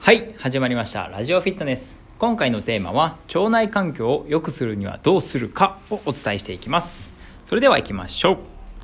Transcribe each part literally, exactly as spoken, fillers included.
はい、始まりましたラジオフィットネス。今回のテーマは腸内環境を良くするにはどうするかをお伝えしていきます。それでは行きましょう。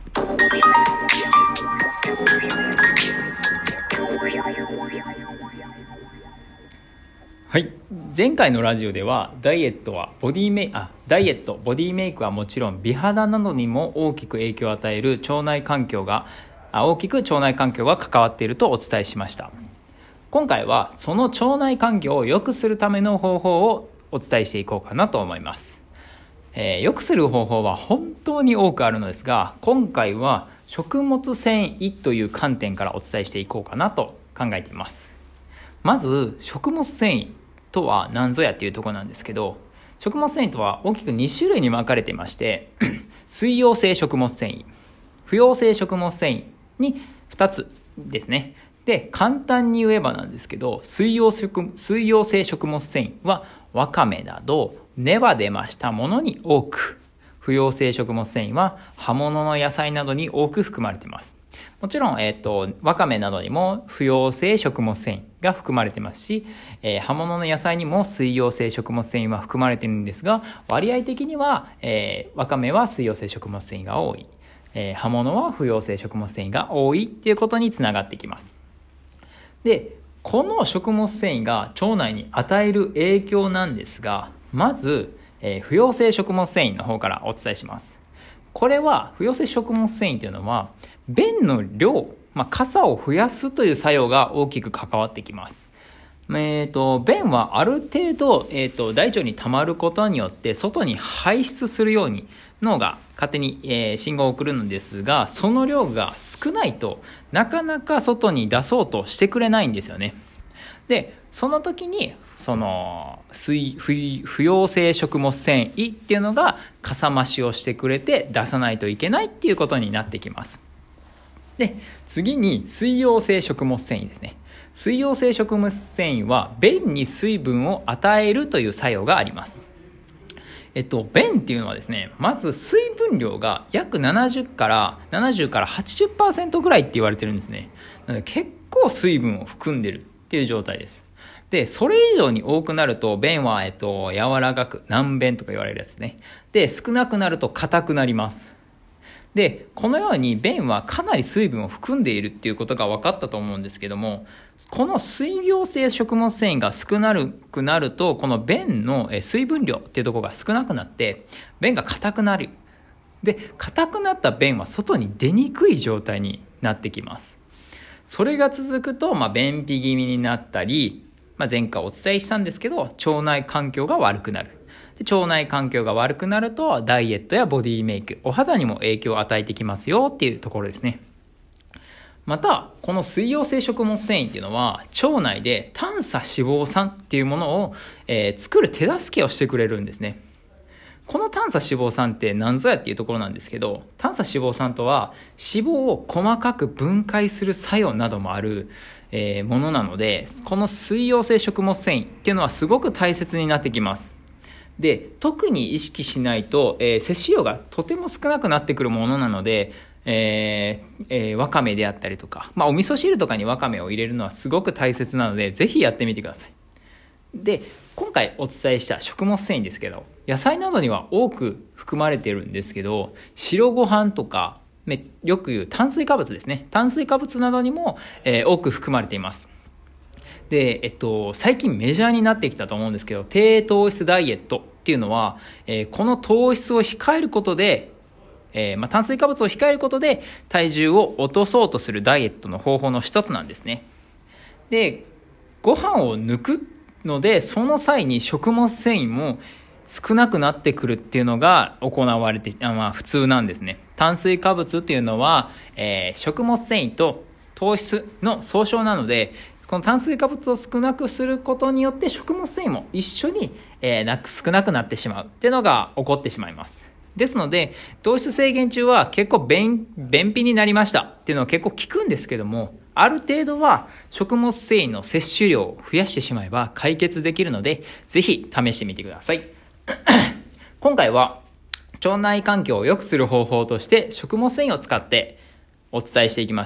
はい、前回のラジオではダイエットはボディメイあダイエットボディメイクはもちろん美肌などにも大きく影響を与える腸内環境が大きく腸内環境が関わっているとお伝えしました。今回はその腸内環境を良くするための方法をお伝えしていこうかなと思います。えー、良くする方法は本当に多くあるのですが、今回は食物繊維という観点からお伝えしていこうかなと考えています。まず食物繊維とは何ぞやっていうところなんですけど、食物繊維とは大きくに種類に分かれていまして水溶性食物繊維、不溶性食物繊維にふたつですね。で、簡単に言えばなんですけど、水溶食水溶性食物繊維はわかめなど根は出ましたものに多く、不溶性食物繊維は葉物の野菜などに多く含まれています。もちろん、えっと、わかめなどにも不溶性食物繊維が含まれていますし、えー、葉物の野菜にも水溶性食物繊維は含まれているんですが、割合的には、えー、わかめは水溶性食物繊維が多い、えー、葉物は不溶性食物繊維が多いということにつながってきます。で、この食物繊維が腸内に与える影響なんですが、まず、えー、不溶性食物繊維の方からお伝えします。これは不溶性食物繊維というのは便の量、まあ、傘を増やすという作用が大きく関わってきます。えー、と便はある程度、えー、と大腸に溜まることによって外に排出するように脳が勝手に、えー、信号を送るのですが、その量が少ないとなかなか外に出そうとしてくれないんですよね。で、その時にその水 不, 不溶性食物繊維っていうのがかさ増しをしてくれて出さないといけないっていうことになってきます。で、次に水溶性食物繊維ですね。水溶性食物繊維は便に水分を与えるという作用があります。えっと、便っていうのはですね、まず水分量が約ななじゅうからななじゅうからはちじゅっパーセントぐらいって言われてるんですね。なので結構水分を含んでるっていう状態です。で、それ以上に多くなると便は、えっと、柔らかく軟便とか言われるやつね。で、少なくなると硬くなります。で、このように便はかなり水分を含んでいるっていうことが分かったと思うんですけども、この水溶性食物繊維が少なくなると、この便の水分量っていうところが少なくなって便が硬くなる。で、硬くなった便は外に出にくい状態になってきます。それが続くと、まあ、便秘気味になったり、まあ、前回お伝えしたんですけど、腸内環境が悪くなる。で、腸内環境が悪くなるとダイエットやボディメイク、お肌にも影響を与えてきますよっていうところですね。また、この水溶性食物繊維っていうのは腸内で短鎖脂肪酸っていうものを、えー、作る手助けをしてくれるんですね。この短鎖脂肪酸って何ぞやっていうところなんですけど、短鎖脂肪酸とは脂肪を細かく分解する作用などもある、えー、ものなので、この水溶性食物繊維っていうのはすごく大切になってきます。で、特に意識しないと、えー、摂取量がとても少なくなってくるものなので、えーえー、わかめであったりとか、まあ、お味噌汁とかにわかめを入れるのはすごく大切なので、ぜひやってみてください。で、今回お伝えした食物繊維ですけど、野菜などには多く含まれているんですけど、白ご飯とか、ね、よく言う炭水化物ですね。炭水化物などにも、えー、多く含まれています。で、えっと、最近メジャーになってきたと思うんですけど、低糖質ダイエットっていうのは、えー、この糖質を控えることで、えーまあ、炭水化物を控えることで体重を落とそうとするダイエットの方法の一つなんですね。で、ご飯を抜くので、その際に食物繊維も少なくなってくるっていうのが行われて、あまあ、普通なんですね。炭水化物っていうのは、えー、食物繊維と糖質の総称なので、この炭水化物を少なくすることによって食物繊維も一緒に、えー、なく少なくなってしまうっていうのが起こってしまいます。ですので、糖質制限中は結構便、便秘になりましたっていうのは結構効くんですけども、ある程度は食物繊維の摂取量を増やしてしまえば解決できるので、ぜひ試してみてください。今回は腸内環境を良くする方法として食物繊維を使ってお伝えしていきました。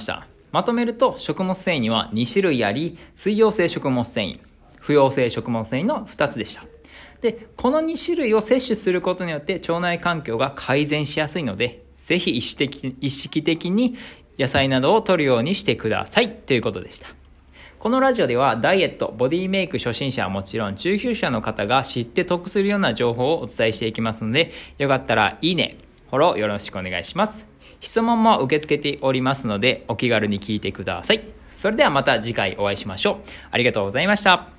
まとめると、食物繊維にはに種類あり、水溶性食物繊維、不溶性食物繊維のふたつでした。で、このに種類を摂取することによって腸内環境が改善しやすいので、ぜひ意識的、意識的に野菜などを摂るようにしてくださいということでした。このラジオではダイエット、ボディメイク初心者はもちろん中級者の方が知って得するような情報をお伝えしていきますので、よかったらいいね、フォローよろしくお願いします。質問も受け付けておりますので、お気軽に聞いてください。それではまた次回お会いしましょう。ありがとうございました。